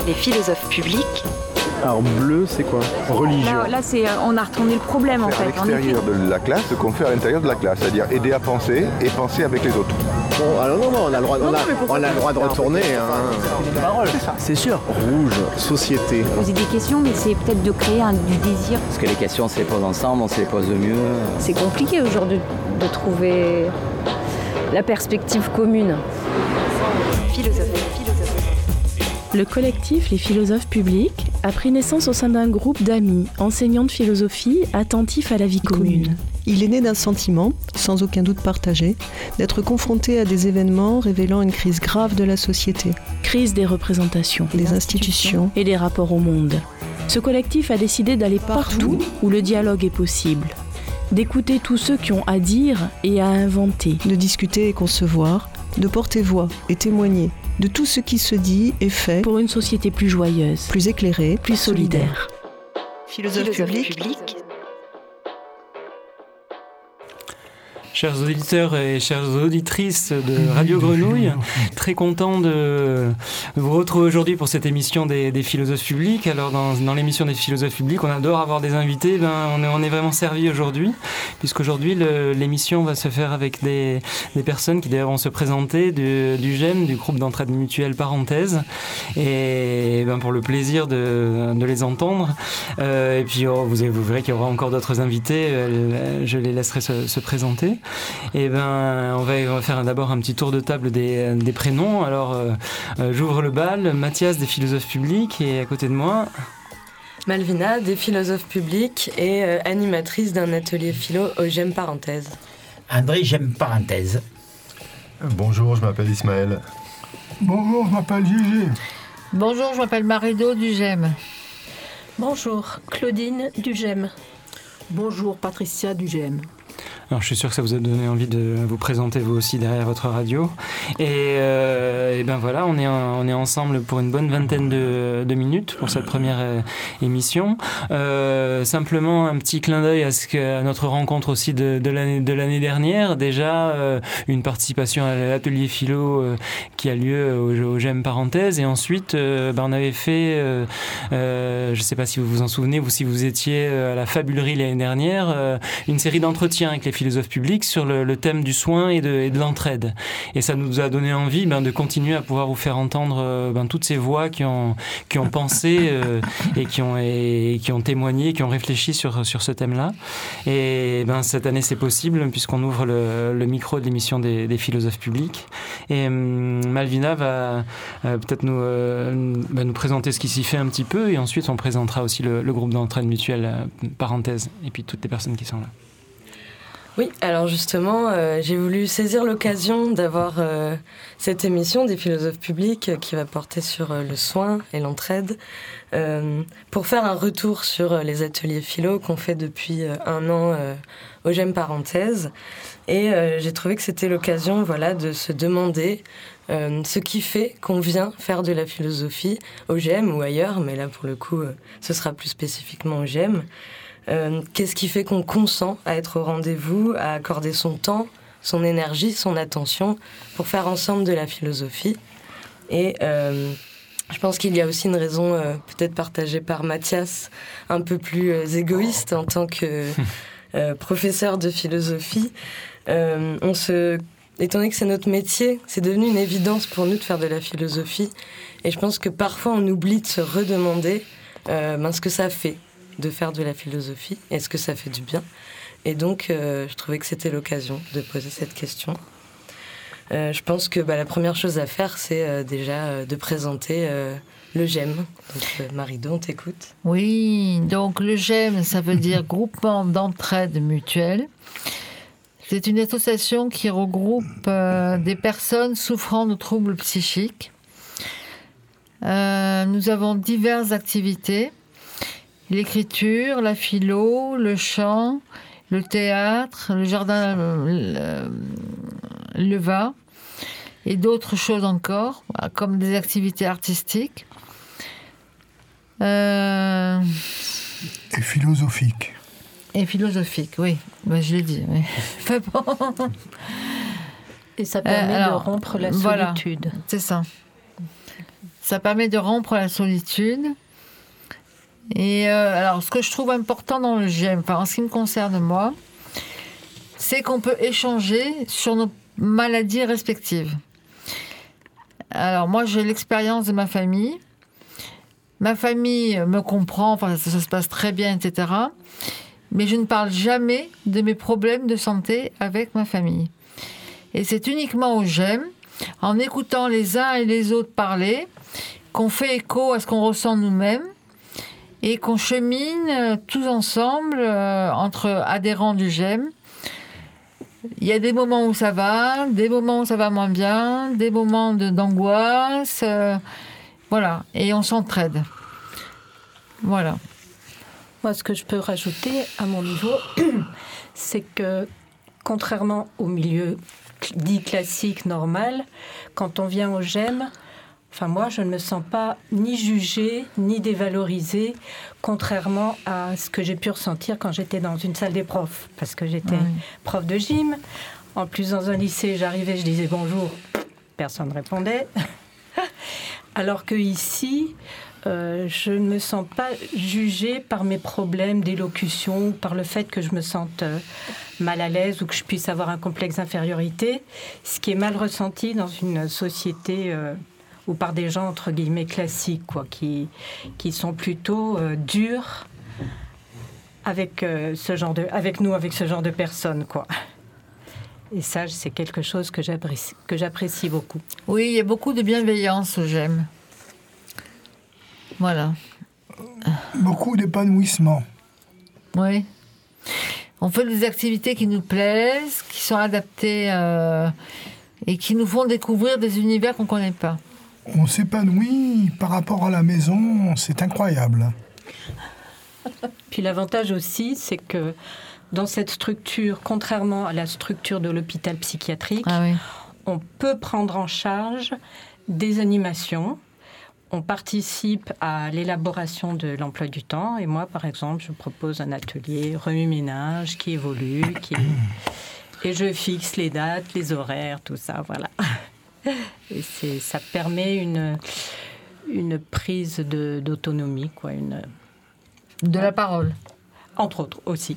Les philosophes publics. Alors bleu, c'est quoi? Religion. Là on a retourné le problème en fait. À l'extérieur de la classe, ce qu'on fait à l'intérieur de la classe, c'est-à-dire aider à penser et penser avec les autres. Bon, alors non, on a le droit, on a le droit de retourner. C'est sûr. Rouge, société. Poser des questions, mais c'est peut-être de créer du désir. Parce que les questions, on se les pose ensemble, on se les pose mieux. C'est compliqué aujourd'hui de trouver la perspective commune. Le collectif Les Philosophes Publics a pris naissance au sein d'un groupe d'amis, enseignants de philosophie, attentifs à la vie commune. Il est né d'un sentiment, sans aucun doute partagé, d'être confronté à des événements révélant une crise grave de la société. Crise des représentations, des institutions et des rapports au monde. Ce collectif a décidé d'aller partout où le dialogue est possible, d'écouter tous ceux qui ont à dire et à inventer, de discuter et concevoir, de porter voix et témoigner de tout ce qui se dit et fait pour une société plus joyeuse, plus éclairée, plus solidaire. Philosophe public. Chers auditeurs et chères auditrices de Radio Grenouille, très content de vous retrouver aujourd'hui pour cette émission des philosophes publics. Alors dans l'émission des philosophes publics, on adore avoir des invités. On est vraiment servi aujourd'hui, puisqu'aujourd'hui l'émission va se faire avec des personnes qui d'ailleurs vont se présenter du GEM, du groupe d'entraide mutuelle Parenthèse, et pour le plaisir de les entendre. Et puis vous verrez qu'il y aura encore d'autres invités. Je les laisserai se présenter. Et on va faire d'abord un petit tour de table des prénoms. Alors j'ouvre le bal. Mathias des philosophes publics, et à côté de moi Malvina des philosophes publics et animatrice d'un atelier philo au GEM Parenthèse. André GEM Parenthèse. Bonjour, je m'appelle Ismaël. Bonjour, je m'appelle Gigi. Bonjour, je m'appelle Marido du GEM. Bonjour, Claudine du GEM. Bonjour, Patricia du GEM. Alors, je suis sûr que ça vous a donné envie de vous présenter vous aussi derrière votre radio. Et voilà, on est ensemble pour une bonne vingtaine de minutes pour cette première émission. Simplement un petit clin d'œil à notre rencontre aussi de l'année dernière. Déjà une participation à l'atelier philo qui a lieu au GEM Parenthèse. Et ensuite, on avait fait, je ne sais pas si vous vous en souvenez, ou si vous étiez à la Fabulerie l'année dernière, une série d'entretiens avec les philosophes publics sur le thème du soin et de l'entraide. Et ça nous a donné envie de continuer à pouvoir vous faire entendre toutes ces voix qui ont pensé et qui ont témoigné, qui ont réfléchi sur ce thème-là. Et cette année, c'est possible puisqu'on ouvre le micro de l'émission des philosophes publics. Et Malvina va peut-être nous présenter ce qui s'y fait un petit peu, et ensuite on présentera aussi le groupe d'entraide mutuelle Parenthèse et puis toutes les personnes qui sont là. Oui, alors justement, j'ai voulu saisir l'occasion d'avoir cette émission des philosophes publics qui va porter sur le soin et l'entraide pour faire un retour sur les ateliers philo qu'on fait depuis 1 an au GEM Parenthèse. Et j'ai trouvé que c'était l'occasion de se demander ce qui fait qu'on vient faire de la philosophie au GEM ou ailleurs, mais là pour le coup, ce sera plus spécifiquement au GEM. Qu'est-ce qui fait qu'on consent à être au rendez-vous, à accorder son temps, son énergie, son attention pour faire ensemble de la philosophie. Et je pense qu'il y a aussi une raison peut-être partagée par Mathias, un peu plus égoïste en tant que professeur de philosophie. Étant donné que c'est notre métier, c'est devenu une évidence pour nous de faire de la philosophie. Et je pense que parfois on oublie de se redemander ce que ça fait de faire de la philosophie, est-ce que ça fait du bien? Et donc, je trouvais que c'était l'occasion de poser cette question. Je pense que la première chose à faire, c'est déjà de présenter le GEM. Donc, Marido, on t'écoute. Oui, donc le GEM, ça veut dire Groupement d'entraide mutuelle. C'est une association qui regroupe des personnes souffrant de troubles psychiques. Nous avons diverses activités. L'écriture, la philo, le chant, le théâtre, le jardin Leva et d'autres choses encore, comme des activités artistiques. Et philosophiques. Et philosophiques, oui. Je l'ai dit. Oui. Et ça permet de rompre la solitude. Voilà, c'est ça. Ça permet de rompre la solitude. Et alors, ce que je trouve important dans le GEM, en ce qui me concerne moi, c'est qu'on peut échanger sur nos maladies respectives. Alors, moi, j'ai l'expérience de ma famille. Ma famille me comprend, ça se passe très bien, etc. Mais je ne parle jamais de mes problèmes de santé avec ma famille. Et c'est uniquement au GEM, en écoutant les uns et les autres parler, qu'on fait écho à ce qu'on ressent nous-mêmes et qu'on chemine tous ensemble entre adhérents du GEM. Il y a des moments où ça va, des moments où ça va moins bien, des moments d'angoisse, voilà, et on s'entraide. Voilà. Moi, ce que je peux rajouter à mon niveau, c'est que contrairement au milieu dit classique, normal, quand on vient au GEM, moi, je ne me sens pas ni jugée, ni dévalorisée, contrairement à ce que j'ai pu ressentir quand j'étais dans une salle des profs, parce que j'étais prof de gym. En plus, dans un lycée, j'arrivais, je disais bonjour, personne ne répondait. Alors que ici, je ne me sens pas jugée par mes problèmes d'élocution, ou par le fait que je me sente mal à l'aise ou que je puisse avoir un complexe d'infériorité, ce qui est mal ressenti dans une société ou par des gens entre guillemets classiques, qui sont plutôt durs avec ce genre de personnes, Et ça, c'est quelque chose que j'apprécie beaucoup. Oui, il y a beaucoup de bienveillance au GEM. Voilà. Beaucoup d'épanouissement. Oui. On fait des activités qui nous plaisent, qui sont adaptées et qui nous font découvrir des univers qu'on ne connaît pas. On s'épanouit par rapport à la maison, c'est incroyable. Puis l'avantage aussi, c'est que dans cette structure, contrairement à la structure de l'hôpital psychiatrique, on peut prendre en charge des animations. On participe à l'élaboration de l'emploi du temps. Et moi, par exemple, je propose un atelier remue-ménage qui évolue. Et je fixe les dates, les horaires, tout ça, voilà. Et ça permet une prise d'autonomie, De la parole. Entre autres, aussi.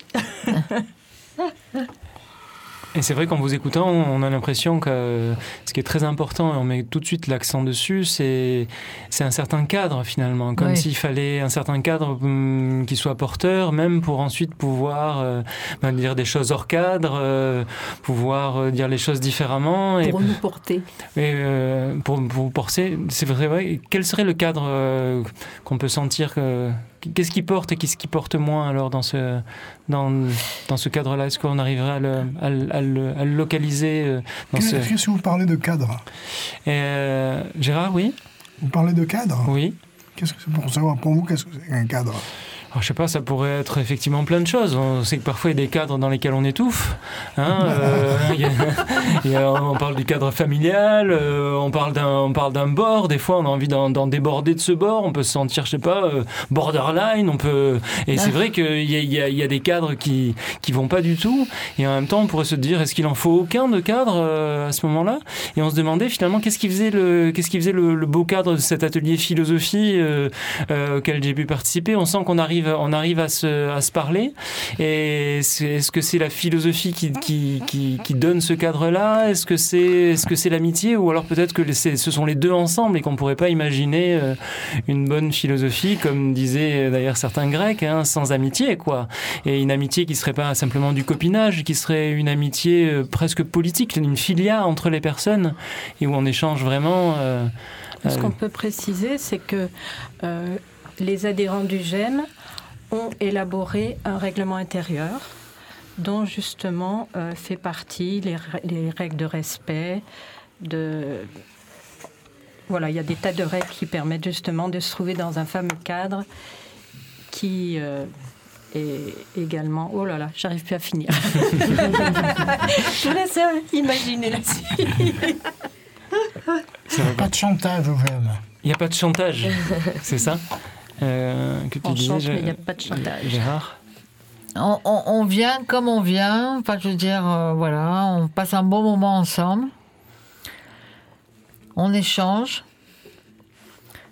Et c'est vrai qu'en vous écoutant, on a l'impression que ce qui est très important, et on met tout de suite l'accent dessus, c'est un certain cadre finalement, comme s'il fallait un certain cadre qui soit porteur, même pour ensuite pouvoir dire des choses hors cadre, pouvoir dire les choses différemment. Pour nous porter. Et pour porter, c'est vrai. Quel serait le cadre qu'on peut sentir qu'est-ce qui porte et qu'est-ce qui porte moins alors dans ce cadre-là? Est-ce qu'on arriverait à le localiser Qu'est-ce que vous parlez de cadre? Gérard, oui. Vous parlez de cadre? Oui. Pour savoir pour vous, qu'est-ce que c'est qu'un cadre? Alors, je sais pas, ça pourrait être effectivement plein de choses. On sait que parfois il y a des cadres dans lesquels on étouffe. On parle du cadre familial, on parle d'un bord. Des fois, on a envie d'en déborder de ce bord. On peut se sentir, je sais pas, borderline. Et c'est vrai qu'il y a des cadres qui vont pas du tout. Et en même temps, on pourrait se dire, est-ce qu'il en faut aucun de cadre à ce moment-là? Et on se demandait finalement qu'est-ce qui faisait le beau cadre de cet atelier philosophie auquel j'ai pu participer. On sent qu'on arrive à se parler. Et est-ce que c'est la philosophie qui donne ce cadre-là? Est-ce que c'est l'amitié? Ou alors peut-être que ce sont les deux ensemble et qu'on ne pourrait pas imaginer une bonne philosophie, comme disaient d'ailleurs certains Grecs, sans amitié, Et une amitié qui ne serait pas simplement du copinage, qui serait une amitié presque politique, une filia entre les personnes, et où on échange vraiment... Ce qu'on peut préciser, c'est que les adhérents du GEM ont élaboré un règlement intérieur dont justement fait partie les règles de respect. Voilà, il y a des tas de règles qui permettent justement de se trouver dans un fameux cadre qui est également... Oh là là, j'arrive plus à finir. Je vous laisse imaginer la suite. Pas de chantage au GEM. Il n'y a pas de chantage, c'est ça que tu disais, chante, mais il n'y a pas de chantage. Gérard? On vient comme on vient. Je veux dire, voilà, on passe un bon moment ensemble. On échange.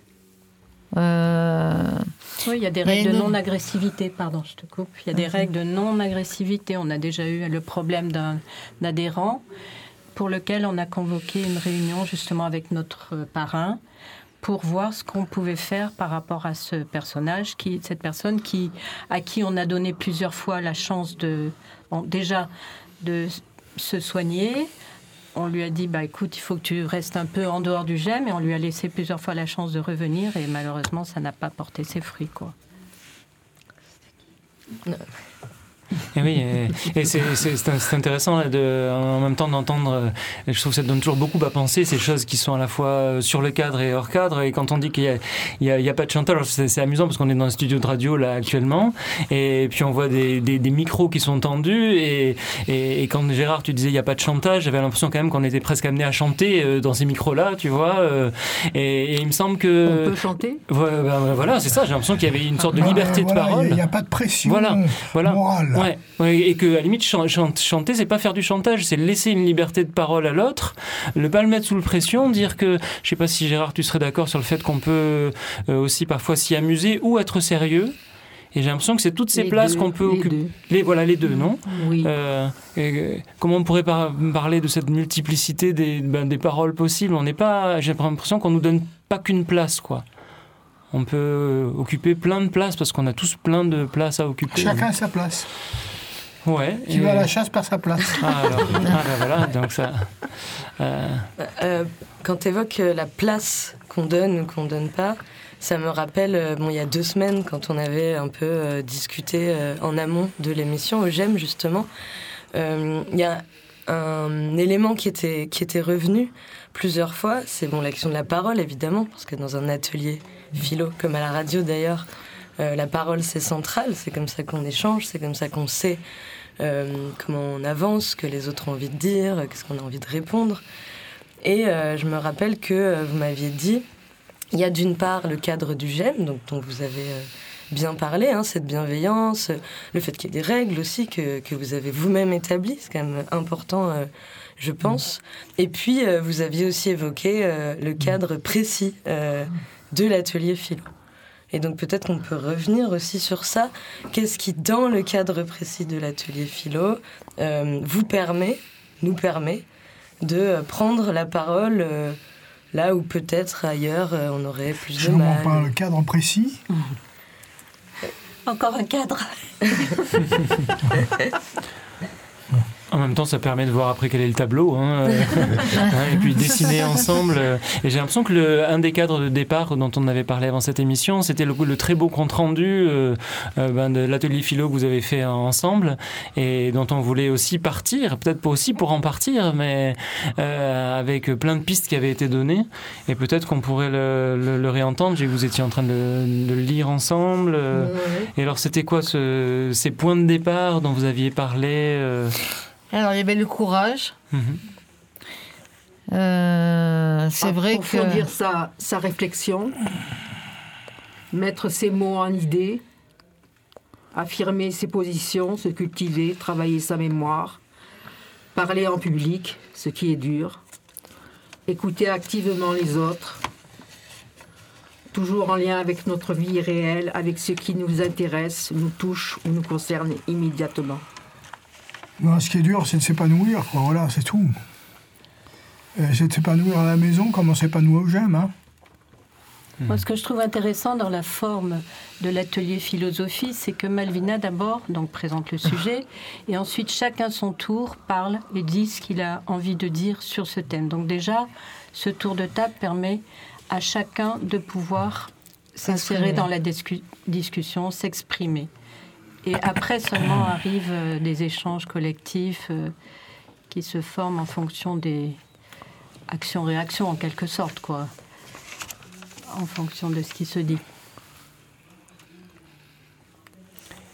Oui, il y a des règles de non-agressivité, pardon, je te coupe. Il y a des règles de non-agressivité. On a déjà eu le problème d'un adhérent pour lequel on a convoqué une réunion justement avec notre parrain pour voir ce qu'on pouvait faire par rapport à ce personnage, cette personne à qui on a donné plusieurs fois la chance déjà de se soigner. On lui a dit, écoute, il faut que tu restes un peu en dehors du GEM, et on lui a laissé plusieurs fois la chance de revenir, et malheureusement, ça n'a pas porté ses fruits, quoi. Et oui, et c'est intéressant là, en même temps d'entendre, je trouve que ça donne toujours beaucoup à penser, ces choses qui sont à la fois sur le cadre et hors cadre, et quand on dit qu'il y a pas de chantage, alors c'est amusant parce qu'on est dans un studio de radio là actuellement, et puis on voit des micros qui sont tendus, et quand Gérard tu disais il n'y a pas de chantage, j'avais l'impression quand même qu'on était presque amené à chanter dans ces micros là, tu vois, et il me semble que... On peut chanter ? Voilà, c'est ça, j'ai l'impression qu'il y avait une sorte de liberté de parole. Il n'y a pas de pression morale. Ouais, et que à la limite chanter c'est pas faire du chantage, c'est laisser une liberté de parole à l'autre, ne pas le mettre sous pression, dire que, je sais pas si Gérard tu serais d'accord sur le fait qu'on peut aussi parfois s'y amuser ou être sérieux, et j'ai l'impression que c'est toutes ces places qu'on peut occuper. Les deux, non ? Oui. Comment on pourrait parler de cette multiplicité des paroles possibles ? J'ai l'impression qu'on nous donne pas qu'une place, quoi. On peut occuper plein de places parce qu'on a tous plein de places à occuper. Chacun a sa place. Ouais. Qui va à la chasse par sa place. Voilà, donc ça... Quand tu évoques la place qu'on donne ou qu'on donne pas, ça me rappelle, il y a 2 semaines, quand on avait un peu discuté en amont de l'émission au GEM, justement, il y a un élément qui était revenu plusieurs fois, c'est la question de la parole, évidemment, parce que dans un atelier philo, comme à la radio d'ailleurs, la parole c'est central, c'est comme ça qu'on échange, c'est comme ça qu'on sait comment on avance, que les autres ont envie de dire, qu'est-ce qu'on a envie de répondre. Et je me rappelle que vous m'aviez dit, il y a d'une part le cadre du GEM, dont vous avez bien parlé, cette bienveillance, le fait qu'il y ait des règles aussi que vous avez vous-même établies, c'est quand même important, je pense. Et puis, vous aviez aussi évoqué le cadre précis de l'atelier philo. Et donc peut-être qu'on peut revenir aussi sur ça. Qu'est-ce qui, dans le cadre précis de l'atelier philo, nous permet de prendre la parole là où peut-être ailleurs on aurait plus de mal. Sûrement pas le cadre précis. Encore un cadre. En même temps, ça permet de voir après quel est le tableau, et puis dessiner ensemble. Et j'ai l'impression que un des cadres de départ dont on avait parlé avant cette émission, c'était le très beau compte-rendu de l'atelier philo que vous avez fait ensemble, et dont on voulait aussi partir, peut-être pas aussi pour en partir, mais avec plein de pistes qui avaient été données. Et peut-être qu'on pourrait le réentendre. J'ai vu que vous étiez en train de le lire ensemble. Et alors, c'était quoi ces points de départ dont vous aviez parlé Alors, il y avait le courage. C'est vrai que... Approfondir sa réflexion, mettre ses mots en idées, affirmer ses positions, se cultiver, travailler sa mémoire, parler en public, ce qui est dur, écouter activement les autres, toujours en lien avec notre vie réelle, avec ce qui nous intéresse, nous touche ou nous concerne immédiatement. Non, ce qui est dur, c'est de s'épanouir, quoi. Voilà, c'est tout. C'est de s'épanouir à la maison comme on s'épanouit au GEM. Moi, ce que je trouve intéressant dans la forme de l'atelier philosophie, c'est que Malvina, d'abord, présente le sujet, et ensuite, chacun son tour parle et dit ce qu'il a envie de dire sur ce thème. Donc déjà, ce tour de table permet à chacun de pouvoir s'insérer dans la discussion, s'exprimer. Et après seulement arrivent des échanges collectifs qui se forment en fonction des actions-réactions, en quelque sorte, quoi. En fonction de ce qui se dit.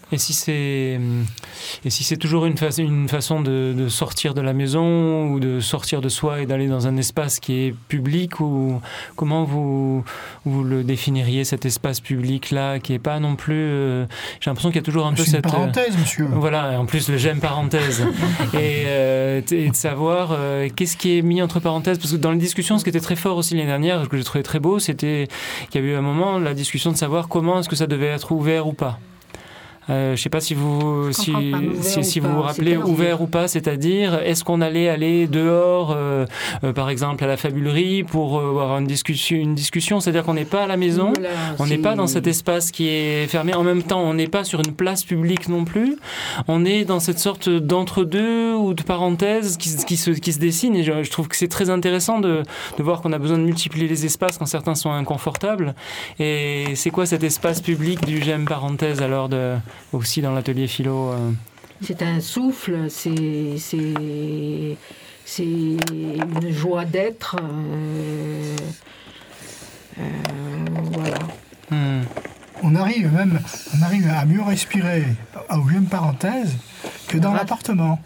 Et si c'est toujours une façon de sortir de la maison ou de sortir de soi et d'aller dans un espace qui est public, ou comment vous le définiriez, cet espace public-là, qui n'est pas non plus... j'ai l'impression qu'il y a toujours un peu cette... parenthèse, monsieur. Voilà, et en plus, j'aime parenthèse. et de savoir qu'est-ce qui est mis entre parenthèses. Parce que dans les discussions, ce qui était très fort aussi l'année dernière, ce que j'ai trouvé très beau, c'était qu'il y a eu un moment, la discussion de savoir comment est-ce que ça devait être ouvert ou pas. Je ne sais pas si vous vous rappelez, ouvert ou pas, c'est-à-dire est-ce qu'on allait aller dehors, par exemple à la fabulerie, pour avoir une discussion, c'est-à-dire qu'on n'est pas à la maison, on n'est pas dans cet espace qui est fermé, en même temps on n'est pas sur une place publique non plus, on est dans cette sorte d'entre-deux ou de parenthèse qui se dessine, et je trouve que c'est très intéressant de voir qu'on a besoin de multiplier les espaces quand certains sont inconfortables. Et c'est quoi cet espace public du j'aime parenthèse alors aussi dans l'atelier philo? C'est un souffle, c'est une joie d'être. Voilà. On arrive à mieux respirer au j'aime parenthèse que dans l'appartement.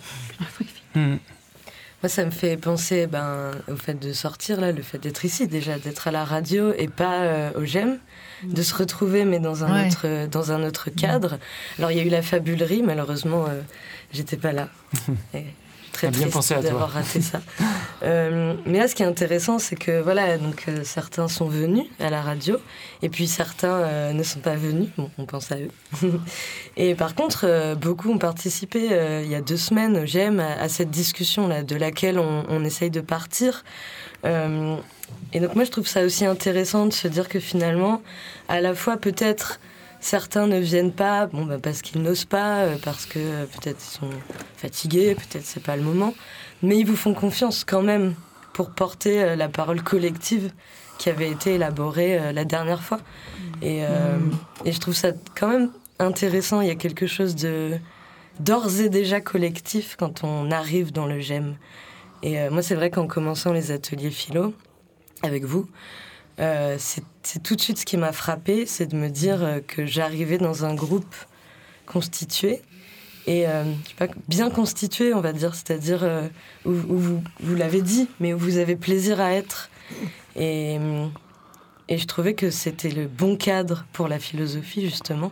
Moi, ça me fait penser au fait de sortir, là, le fait d'être ici, déjà, d'être à la radio et pas au GEM, de se retrouver, mais dans un autre cadre. Alors, il y a eu la fabulerie, malheureusement, j'étais pas là. Et très triste d'avoir raté ça. Mais là, ce qui est intéressant, c'est que voilà, donc certains sont venus à la radio, et puis certains ne sont pas venus. Bon, on pense à eux. Et par contre, beaucoup ont participé il y a 2 semaines au GEM à cette discussion-là, de laquelle on essaye de partir. Et donc moi, je trouve ça aussi intéressant de se dire que finalement, à la fois peut-être certains ne viennent pas, parce qu'ils n'osent pas, parce que peut-être ils sont fatigués, peut-être c'est pas le moment, mais ils vous font confiance quand même pour porter la parole collective qui avait été élaborée la dernière fois. Et je trouve ça quand même intéressant. Il y a quelque chose d'ores et déjà collectif quand on arrive dans le GEM. Et moi, c'est vrai qu'en commençant les ateliers philo avec vous, c'est tout de suite ce qui m'a frappée, c'est de me dire que j'arrivais dans un groupe constitué, et je sais pas, bien constitué, on va dire, c'est-à-dire où vous l'avez dit, mais où vous avez plaisir à être. Et je trouvais que c'était le bon cadre pour la philosophie, justement,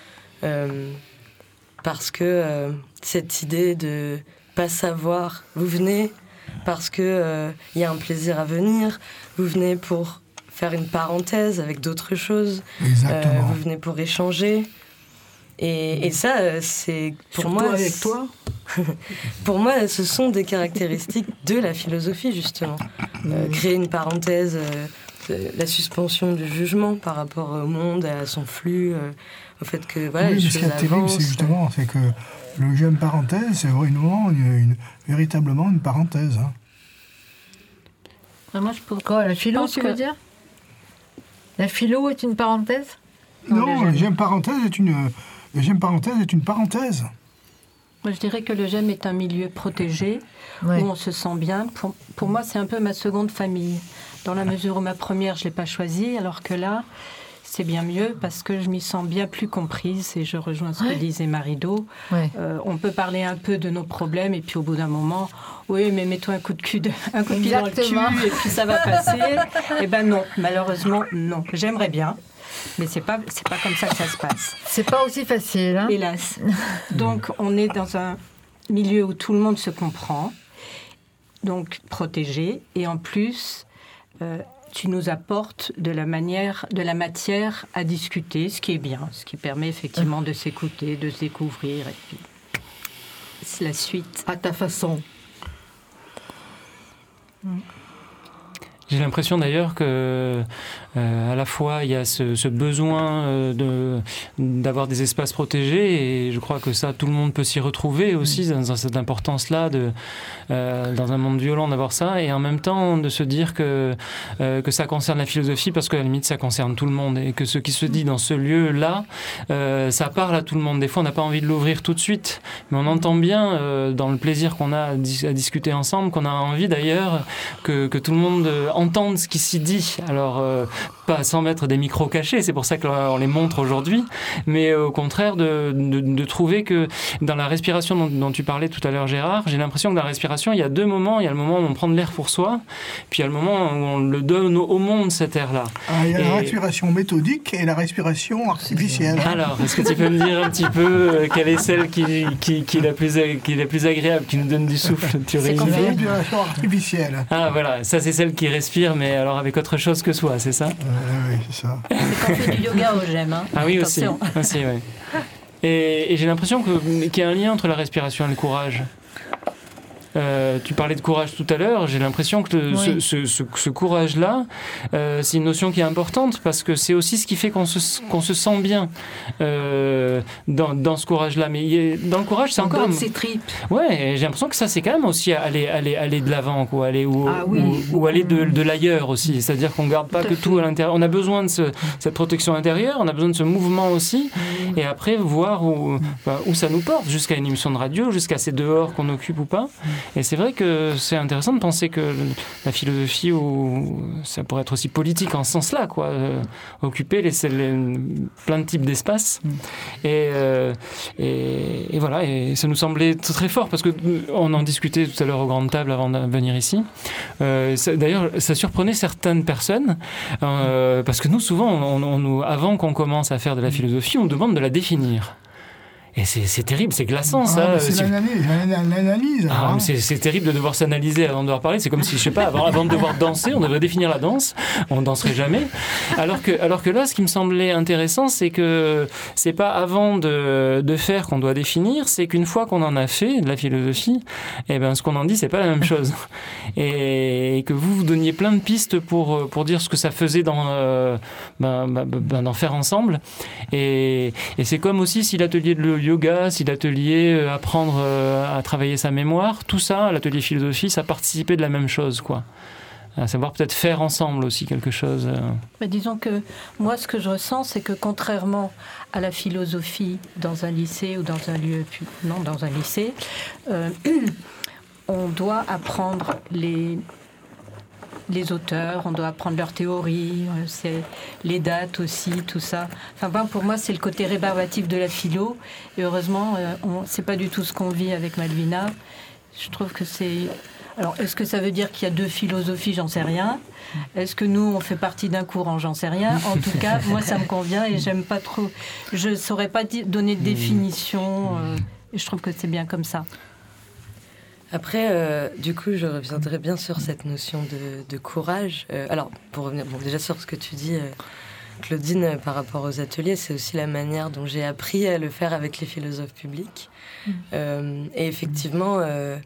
parce que cette idée de pas savoir, vous venez parce que y a un plaisir à venir, vous venez pour faire une parenthèse avec d'autres choses, vous venez pour échanger, et ça, c'est pour surtout moi avec toi. Pour moi, ce sont des caractéristiques de la philosophie, justement. Créer une parenthèse, la suspension du jugement par rapport au monde, à son flux, au fait que voilà, les choses ce qui est terrible, c'est que le j'aime parenthèse, c'est vraiment véritablement une parenthèse. Moi, la philo, tu veux dire? La philo est une parenthèse? Non, le j'aime parenthèse est une parenthèse. Moi, je dirais que le GEM est un milieu protégé, où on se sent bien. Pour moi, c'est un peu ma seconde famille, dans la mesure où ma première, je ne l'ai pas choisie, alors que là, c'est bien mieux parce que je m'y sens bien plus comprise, et je rejoins ce que disait Marie-Do. On peut parler un peu de nos problèmes, et puis au bout d'un moment, oui, mais mets-toi un coup de pied dans le cul, et puis ça va passer. Eh ben non, malheureusement, non. J'aimerais bien. Mais c'est pas comme ça que ça se passe. C'est pas aussi facile, hein ? Hélas. Donc, on est dans un milieu où tout le monde se comprend, donc protégé, et en plus, tu nous apportes de la matière à discuter, ce qui est bien, ce qui permet effectivement de s'écouter, de se découvrir, et puis c'est la suite. À ta façon. J'ai l'impression d'ailleurs que à la fois il y a ce besoin d'avoir des espaces protégés, et je crois que ça, tout le monde peut s'y retrouver aussi dans cette importance-là dans un monde violent d'avoir ça, et en même temps de se dire que ça concerne la philosophie, parce qu'à la limite ça concerne tout le monde, et que ce qui se dit dans ce lieu-là, ça parle à tout le monde. Des fois on n'a pas envie de l'ouvrir tout de suite, mais on entend bien dans le plaisir qu'on a à discuter ensemble, qu'on a envie d'ailleurs que tout le monde entendre ce qui s'y dit. Alors, pas sans mettre des micros cachés, c'est pour ça qu'on les montre aujourd'hui, mais au contraire de trouver que dans la respiration dont tu parlais tout à l'heure, Gérard, j'ai l'impression que dans la respiration, il y a deux moments. Il y a le moment où on prend de l'air pour soi, puis il y a le moment où on le donne au monde, cet air-là. Il y a la respiration méthodique et la respiration artificielle. Alors, est-ce que tu peux me dire un petit peu quelle est celle qui est la plus agréable, qui nous donne du souffle? C'est la respiration artificielle. Ah voilà, ça c'est celle qui respire, mais alors avec autre chose que soi, c'est ça? Oui, c'est ça. C'est quand on fait du yoga au GEM. Hein. Ah oui, attention. aussi oui. Et j'ai l'impression qu'il y a un lien entre la respiration et le courage. Tu parlais de courage tout à l'heure, j'ai l'impression que ce courage-là, c'est une notion qui est importante parce que c'est aussi ce qui fait qu'on se sent bien dans ce courage-là. Mais dans le courage, c'est encore... ses tripes. Ouais, j'ai l'impression que ça, c'est quand même aussi aller de l'avant, quoi, ou aller de l'ailleurs aussi. C'est-à-dire qu'on ne garde pas tout à l'intérieur. On a besoin de cette protection intérieure, on a besoin de ce mouvement aussi, et après voir où ça nous porte, jusqu'à une émission de radio, jusqu'à ces dehors qu'on occupe ou pas. Et c'est vrai que c'est intéressant de penser que la philosophie, ça pourrait être aussi politique en ce sens-là, quoi, occuper plein de types d'espaces. Et voilà, et ça nous semblait très fort, parce qu'on en discutait tout à l'heure aux grandes tables avant de venir ici. D'ailleurs, ça surprenait certaines personnes, parce que nous, souvent, avant qu'on commence à faire de la philosophie, on demande de la définir. Et c'est terrible, c'est glaçant, ça. C'est l'analyse. C'est terrible de devoir s'analyser avant de devoir parler. C'est comme si, je sais pas, avant de devoir danser, on devrait définir la danse. On danserait jamais. Alors que là, ce qui me semblait intéressant, c'est que c'est pas avant de faire qu'on doit définir, c'est qu'une fois qu'on en a fait de la philosophie, ce qu'on en dit, c'est pas la même chose. Et que vous donniez plein de pistes pour dire ce que ça faisait d'en faire ensemble. Et c'est comme aussi si l'atelier de yoga, si l'atelier apprendre à travailler sa mémoire, tout ça, l'atelier philosophie, ça participait de la même chose, quoi. À savoir peut-être faire ensemble aussi quelque chose. Mais disons que moi, ce que je ressens, c'est que contrairement à la philosophie dans un lycée ou dans un lieu... Non, dans un lycée, on doit apprendre les auteurs, on doit apprendre leurs théories, c'est les dates aussi, tout ça. Enfin, pour moi, c'est le côté rébarbatif de la philo. Et heureusement, c'est pas du tout ce qu'on vit avec Malvina. Je trouve que c'est... Alors, est-ce que ça veut dire qu'il y a deux philosophies? J'en sais rien. Est-ce que nous, on fait partie d'un courant? J'en sais rien. En tout cas, moi, ça me convient et j'aime pas trop... Je saurais pas donner de définition. Et je trouve que c'est bien comme ça. Après, du coup, je reviendrai bien sur cette notion de courage. Alors, pour revenir déjà sur ce que tu dis, Claudine, par rapport aux ateliers, c'est aussi la manière dont j'ai appris à le faire avec les philosophes publics. Et effectivement,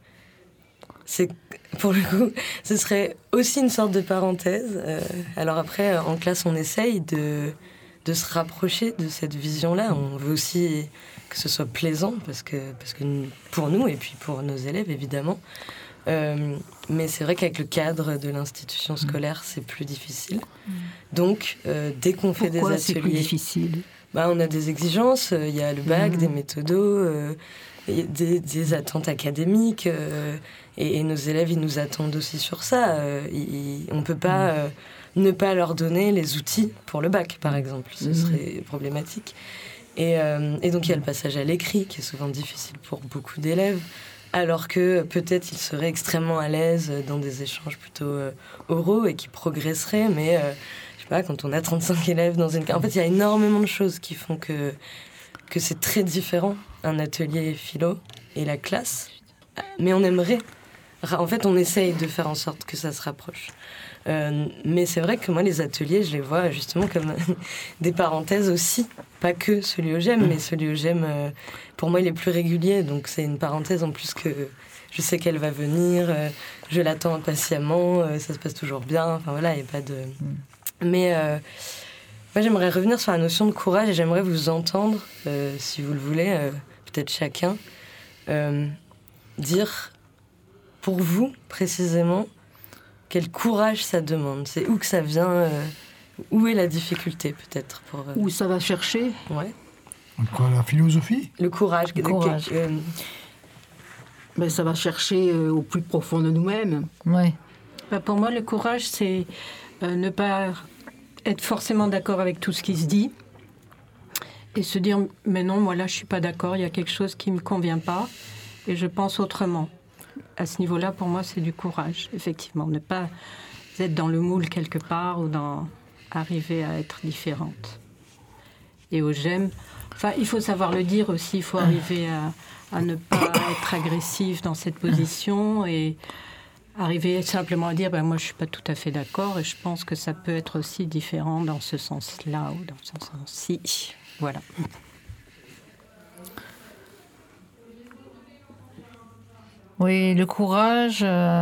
pour le coup, ce serait aussi une sorte de parenthèse. Alors après, en classe, on essaye de se rapprocher de cette vision-là. On veut aussi que ce soit plaisant, parce que pour nous et puis pour nos élèves, évidemment. Mais c'est vrai qu'avec le cadre de l'institution scolaire, c'est plus difficile. Donc, dès qu'on fait des ateliers... Pourquoi c'est plus difficile ? On a des exigences, il y a le bac, des méthodos, des attentes académiques, et nos élèves, ils nous attendent aussi sur ça. On ne peut pas ne pas leur donner les outils pour le bac, par exemple. Ce serait problématique. Et donc, il y a le passage à l'écrit, qui est souvent difficile pour beaucoup d'élèves, alors que peut-être ils seraient extrêmement à l'aise dans des échanges plutôt oraux et qui progresseraient, mais je sais pas, quand on a 35 élèves dans une... En fait, il y a énormément de choses qui font que c'est très différent, un atelier philo et la classe. Mais on aimerait... En fait, on essaye de faire en sorte que ça se rapproche. Mais c'est vrai que moi, les ateliers, je les vois justement comme des parenthèses aussi. Pas que celui au GEM, mais celui au GEM, pour moi, il est plus régulier. Donc, c'est une parenthèse en plus que je sais qu'elle va venir. Je l'attends impatiemment. Ça se passe toujours bien. Enfin, voilà, il n'y a pas de... Mais moi, j'aimerais revenir sur la notion de courage et j'aimerais vous entendre, si vous le voulez, peut-être chacun, dire, pour vous, précisément, quel courage ça demande. C'est où que ça vient, où est la difficulté, peut-être pour, Où ça va chercher. Ouais. Quoi, la philosophie? Le courage. Ben, ça va chercher au plus profond de nous-mêmes. Ouais. Pour moi, le courage, c'est ne pas être forcément d'accord avec tout ce qui se dit et se dire « mais non, moi là, je ne suis pas d'accord, il y a quelque chose qui ne me convient pas et je pense autrement ». À ce niveau-là, pour moi, c'est du courage, effectivement. Ne pas être dans le moule quelque part ou arriver à être différente. Et au j'aime, il faut savoir le dire aussi, il faut arriver à ne pas être agressif dans cette position et arriver simplement à dire moi je ne suis pas tout à fait d'accord et je pense que ça peut être aussi différent dans ce sens-là ou dans ce sens-ci. Voilà. Oui, le courage,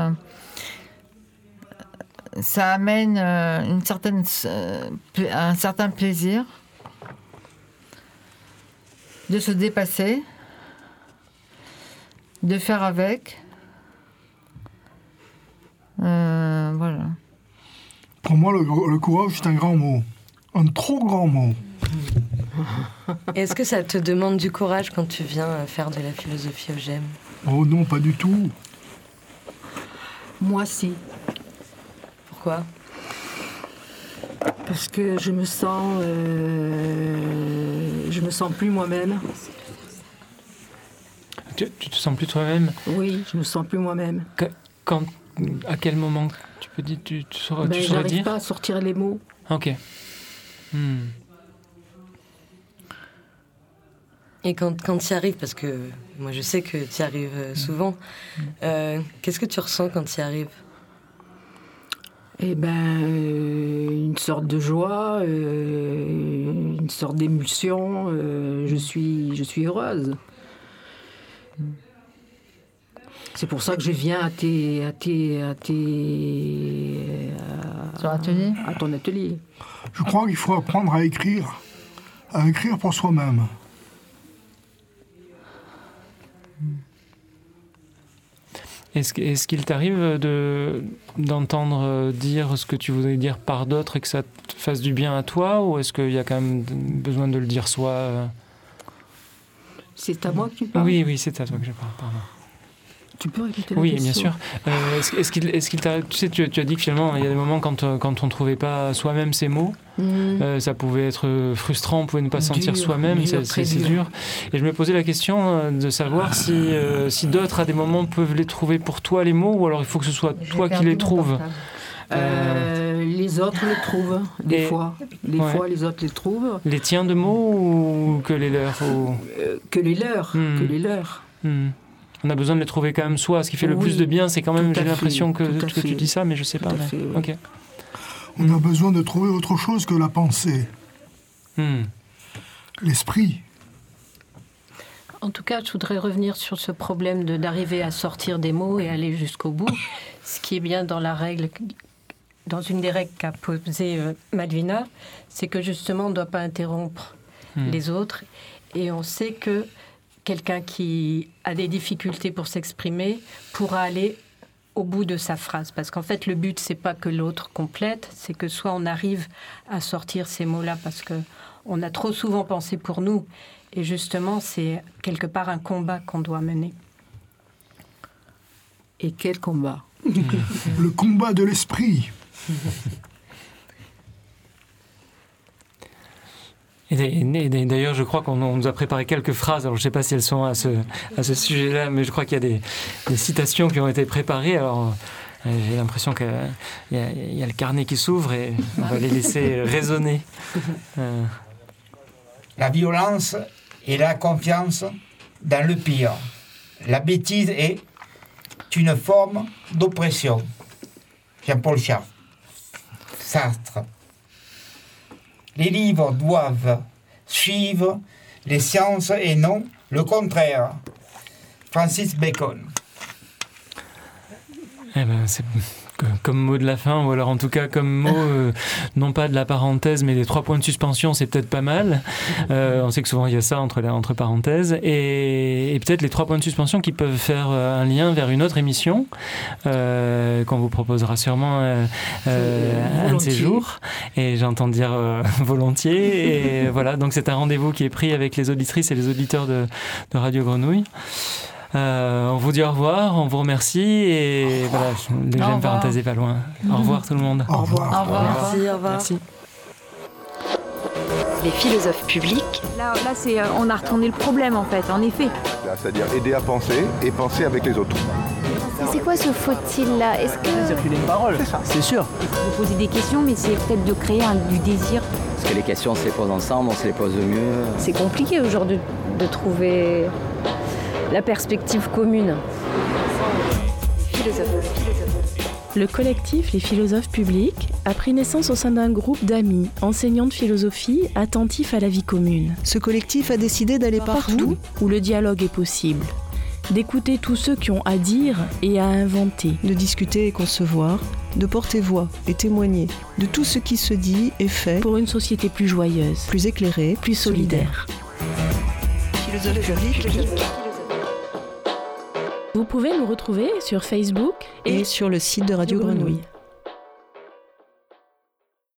ça amène un certain plaisir de se dépasser, de faire avec. Voilà. Pour moi, le courage, c'est un grand mot. Un trop grand mot. Est-ce que ça te demande du courage quand tu viens faire de la philosophie au GEM ? Oh non, pas du tout. Moi, si. Pourquoi ? Parce que je me sens plus moi-même. Tu te sens plus toi-même ? Oui, je me sens plus moi-même. À quel moment tu peux dire, tu saurais dire ? J'arrive pas à sortir les mots. Ok. Et quand tu y arrives, parce que moi je sais que tu y arrives souvent, qu'est-ce que tu ressens quand tu y arrives ? Une sorte de joie, une sorte d'émulsion. Je suis heureuse. C'est pour ça que je viens à ton atelier. Je crois qu'il faut apprendre à écrire pour soi-même. Est-ce qu'il t'arrive d'entendre dire ce que tu voudrais dire par d'autres et que ça te fasse du bien à toi, ou est-ce qu'il y a quand même besoin de le dire soi ? C'est à moi que tu parles ? Oui, c'est à toi que je parle, pardon. Tu peux répéter la question ? Oui, bien sûr. Est-ce qu'il t'arrive... Tu sais, tu as dit que finalement, il y a des moments quand on ne trouvait pas soi-même ces mots, ça pouvait être frustrant, on pouvait ne pas sentir soi-même, c'est dur. Et je me posais la question de savoir si d'autres, à des moments, peuvent les trouver pour toi, les mots, ou alors il faut que ce soit toi qui les trouves. Les autres les trouvent, des fois. Des fois, les autres les trouvent. Les tiens de mots ou que les leurs Que les leurs. Que les leurs. On a besoin de les trouver quand même soi. Ce qui fait le plus de bien, c'est quand même, j'ai l'impression que tu dis ça, mais je sais pas. Okay. On a besoin de trouver autre chose que la pensée. L'esprit. En tout cas, je voudrais revenir sur ce problème d'arriver à sortir des mots et aller jusqu'au bout. Ce qui est bien dans une des règles qu'a posée Malvina, c'est que justement, on ne doit pas interrompre les autres. Et on sait que quelqu'un qui a des difficultés pour s'exprimer pourra aller au bout de sa phrase. Parce qu'en fait, le but, c'est pas que l'autre complète, c'est que soit on arrive à sortir ces mots-là, parce qu'on a trop souvent pensé pour nous. Et justement, c'est quelque part un combat qu'on doit mener. Et quel combat ? Le combat de l'esprit. Et d'ailleurs, je crois qu'on nous a préparé quelques phrases. Alors, je ne sais pas si elles sont à ce sujet-là, mais je crois qu'il y a des citations qui ont été préparées. Alors, j'ai l'impression qu'il y a le carnet qui s'ouvre et on va les laisser résonner. La violence et la confiance dans le pire. La bêtise est une forme d'oppression. Jean-Paul Sartre. Les livres doivent suivre les sciences et non le contraire. Francis Bacon. C'est comme mot de la fin, ou alors en tout cas comme mot, non pas de la parenthèse, mais des 3 points de suspension, c'est peut-être pas mal. On sait que souvent il y a ça entre parenthèses. Et peut-être les 3 points de suspension qui peuvent faire un lien vers une autre émission qu'on vous proposera sûrement un de ces jours. Et j'entends dire volontiers. Et voilà, donc c'est un rendez-vous qui est pris avec les auditrices et les auditeurs de Radio Grenouille. On vous dit au revoir, on vous remercie et voilà, deuxième parenthèse est pas loin. Au revoir tout le monde. Au revoir. Au revoir. Merci, au revoir. Merci. Les philosophes publics. Là c'est, on a retourné le problème en fait, en effet. C'est-à-dire aider à penser et penser avec les autres. C'est quoi ce faut-il là? Est-ce que... Circuler une parole, c'est sûr. Vous posez des questions, mais c'est peut-être de créer du désir. Parce que les questions, on se les pose ensemble, on se les pose mieux. C'est compliqué aujourd'hui de trouver la perspective commune. Le collectif Les Philosophes Publics a pris naissance au sein d'un groupe d'amis, enseignants de philosophie, attentifs à la vie commune. Ce collectif a décidé d'aller partout où le dialogue est possible, d'écouter tous ceux qui ont à dire et à inventer, de discuter et concevoir, de porter voix et témoigner de tout ce qui se dit et fait pour une société plus joyeuse, plus éclairée, plus solidaire. Philosophes publics. Vous pouvez nous retrouver sur Facebook et sur le site de Radio Grenouille.